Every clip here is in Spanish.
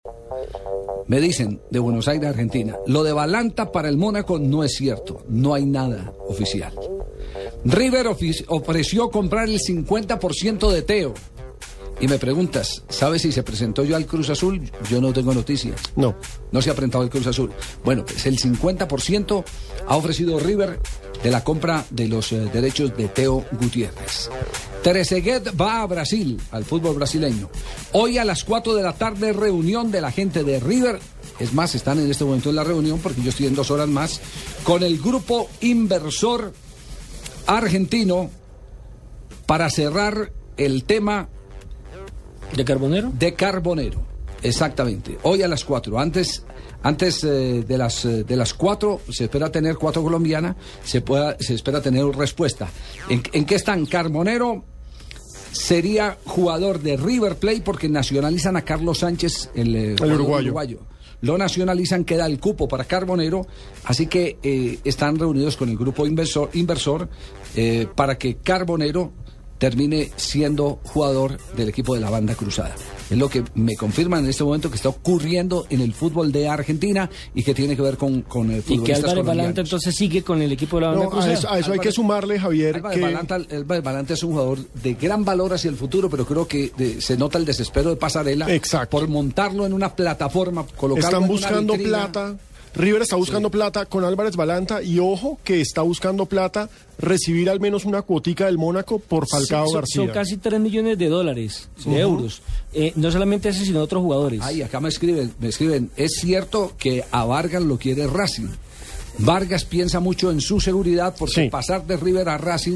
Me dicen de Buenos Aires, Argentina, lo de Balanta para el Mónaco no es cierto, no hay nada oficial. River ofreció comprar el 50% de Teo. Y me preguntas, ¿sabes si se presentó yo al Cruz Azul? Yo no tengo noticias. No se ha presentado al Cruz Azul. Bueno, pues el 50% ha ofrecido River de la compra de los derechos de Teo Gutiérrez. Trezeguet va a Brasil, al fútbol brasileño. Hoy a las 4 de la tarde, reunión de la gente de River. Es más, están en este momento en la reunión, porque yo estoy en 2 horas más, con el grupo inversor argentino para cerrar el tema ¿De Carbonero? De Carbonero, exactamente. Hoy a las 4. Antes de las 4 se espera tener 4 colombianas, se espera tener respuesta. ¿En qué están? Carbonero sería jugador de River Plate porque nacionalizan a Carlos Sánchez, el uruguayo. Lo nacionalizan, queda el cupo para Carbonero, así que están reunidos con el grupo inversor para que Carbonero termine siendo jugador del equipo de la Banda Cruzada. Es lo que me confirman en este momento que está ocurriendo en el fútbol de Argentina y que tiene que ver con futbolistas y que Álvarez colombianos. Balanta entonces sigue con el equipo de la Banda Cruzada. A eso hay que sumarle, Javier, Álvarez Balanta es un jugador de gran valor hacia el futuro, pero creo que se nota el desespero de Pasarela. Exacto. Por montarlo en una plataforma, colocarlo Están en buscando una vitrina. plata. River está buscando plata con Álvarez Balanta y ojo que está buscando plata recibir al menos una cuotica del Mónaco por Falcao García. Son casi $3 millones de euros, no solamente ese, sino otros jugadores. Ay, acá me escriben, es cierto que a Vargas lo quiere Racing. Vargas piensa mucho en su seguridad porque pasar de River a Racing,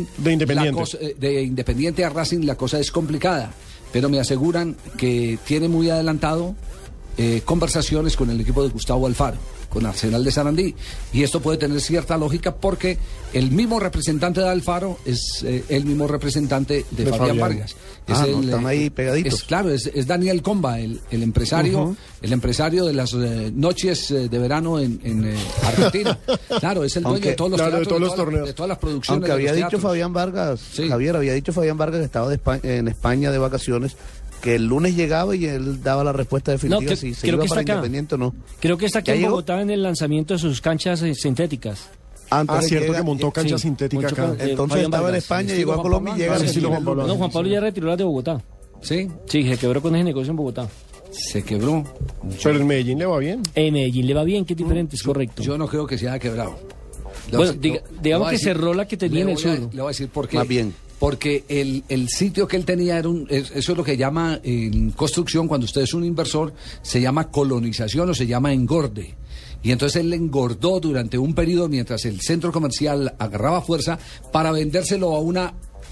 de Independiente a Racing, la cosa es complicada. Pero me aseguran que tiene muy adelantado conversaciones con el equipo de Gustavo Alfaro, con Arsenal de Sarandí, y esto puede tener cierta lógica porque el mismo representante de Alfaro es el mismo representante de Fabián Vargas. Están ahí pegaditos. Es Daniel Comba, el empresario, el empresario de las noches de verano en Argentina. Claro, es el dueño de todos los teatros, de todos los torneos, de todas las producciones. Aunque había dicho Fabián Vargas, Javier, había dicho Fabián Vargas que estaba en España de vacaciones, que el lunes llegaba y él daba la respuesta definitiva si se iba para Independiente o no. Creo que está aquí en Bogotá en el lanzamiento de sus canchas sintéticas. Cierto que montó cancha sintética acá. Entonces estaba en España, llegó a Colombia y llega Juan Pablo ya retiró las de Bogotá. ¿Sí? Sí, se quebró con ese negocio en Bogotá. Se quebró. Pero en Medellín le va bien. En Medellín le va bien, que es diferente, es correcto. Yo no creo que se haya quebrado. Bueno, digamos que cerró la que tenía en el sur. Le voy a decir por qué. Más bien. Porque el sitio que él tenía era eso es lo que llama en construcción, cuando usted es un inversor, se llama colonización o se llama engorde. Y entonces él engordó durante un periodo mientras el centro comercial agarraba fuerza para vendérselo a una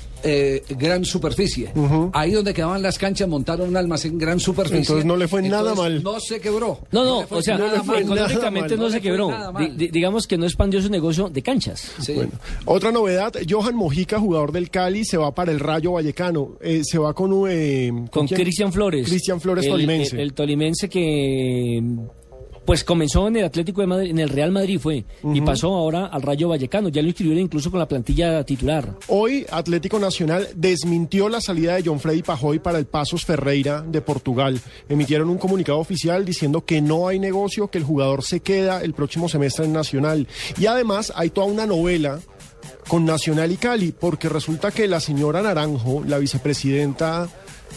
gran superficie. Ahí donde quedaban las canchas montaron un almacén gran superficie. Entonces no le fue nada mal. No se quebró. O sea, económicamente no se quebró. Digamos que no expandió su negocio de canchas. Sí. Bueno, otra novedad, Johan Mojica, jugador del Cali, se va para el Rayo Vallecano. Se va con Cristian Flores. Cristian Flores, tolimense. El tolimense que pues comenzó en el Atlético de Madrid, en el Real Madrid y pasó ahora al Rayo Vallecano. Ya lo inscribieron incluso con la plantilla titular. Hoy Atlético Nacional desmintió la salida de John Freddy Pajoy para el Paços Ferreira de Portugal. Emitieron un comunicado oficial diciendo que no hay negocio, que el jugador se queda el próximo semestre en Nacional. Y además hay toda una novela con Nacional y Cali, porque resulta que la señora Naranjo, la vicepresidenta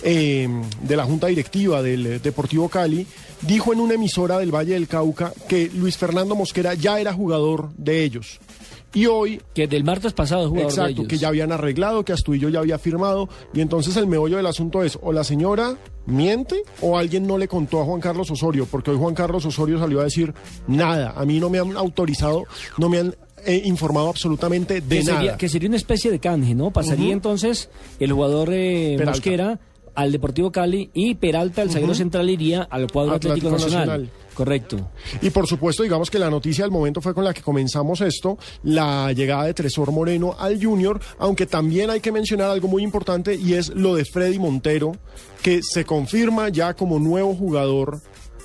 de la Junta Directiva del Deportivo Cali, dijo en una emisora del Valle del Cauca que Luis Fernando Mosquera ya era jugador de ellos. Y hoy... Que del martes pasado es jugador de ellos. Exacto, que ya habían arreglado, que Astudillo ya había firmado. Y entonces el meollo del asunto es, o la señora miente o alguien no le contó a Juan Carlos Osorio, porque hoy Juan Carlos Osorio salió a decir nada, a mí no me han autorizado, no me han informado absolutamente de nada. Que sería una especie de canje, ¿no? Pasaría entonces el jugador Mosquera al Deportivo Cali y Peralta, el zaguero central, iría al cuadro Atlético Nacional. Correcto. Y por supuesto, digamos que la noticia del momento fue con la que comenzamos esto, la llegada de Tresor Moreno al Junior, aunque también hay que mencionar algo muy importante y es lo de Freddy Montero, que se confirma ya como nuevo jugador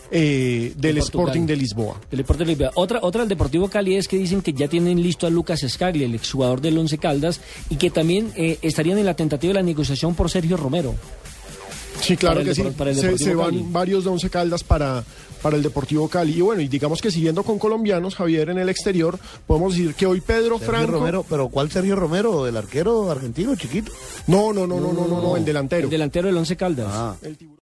del Sporting de Lisboa. Otra del Deportivo Cali es que dicen que ya tienen listo a Lucas Scaglio, el exjugador del Once Caldas, y que también estarían en la tentativa de la negociación por Sergio Romero. Sí, claro que sí. Se van varios de Once Caldas para el Deportivo Cali. Y bueno, y digamos que siguiendo con colombianos, Javier, en el exterior, podemos decir que hoy Pedro Sergio Franco... Romero, ¿pero cuál Sergio Romero? ¿El arquero argentino chiquito? No, el delantero. El delantero del Once Caldas. El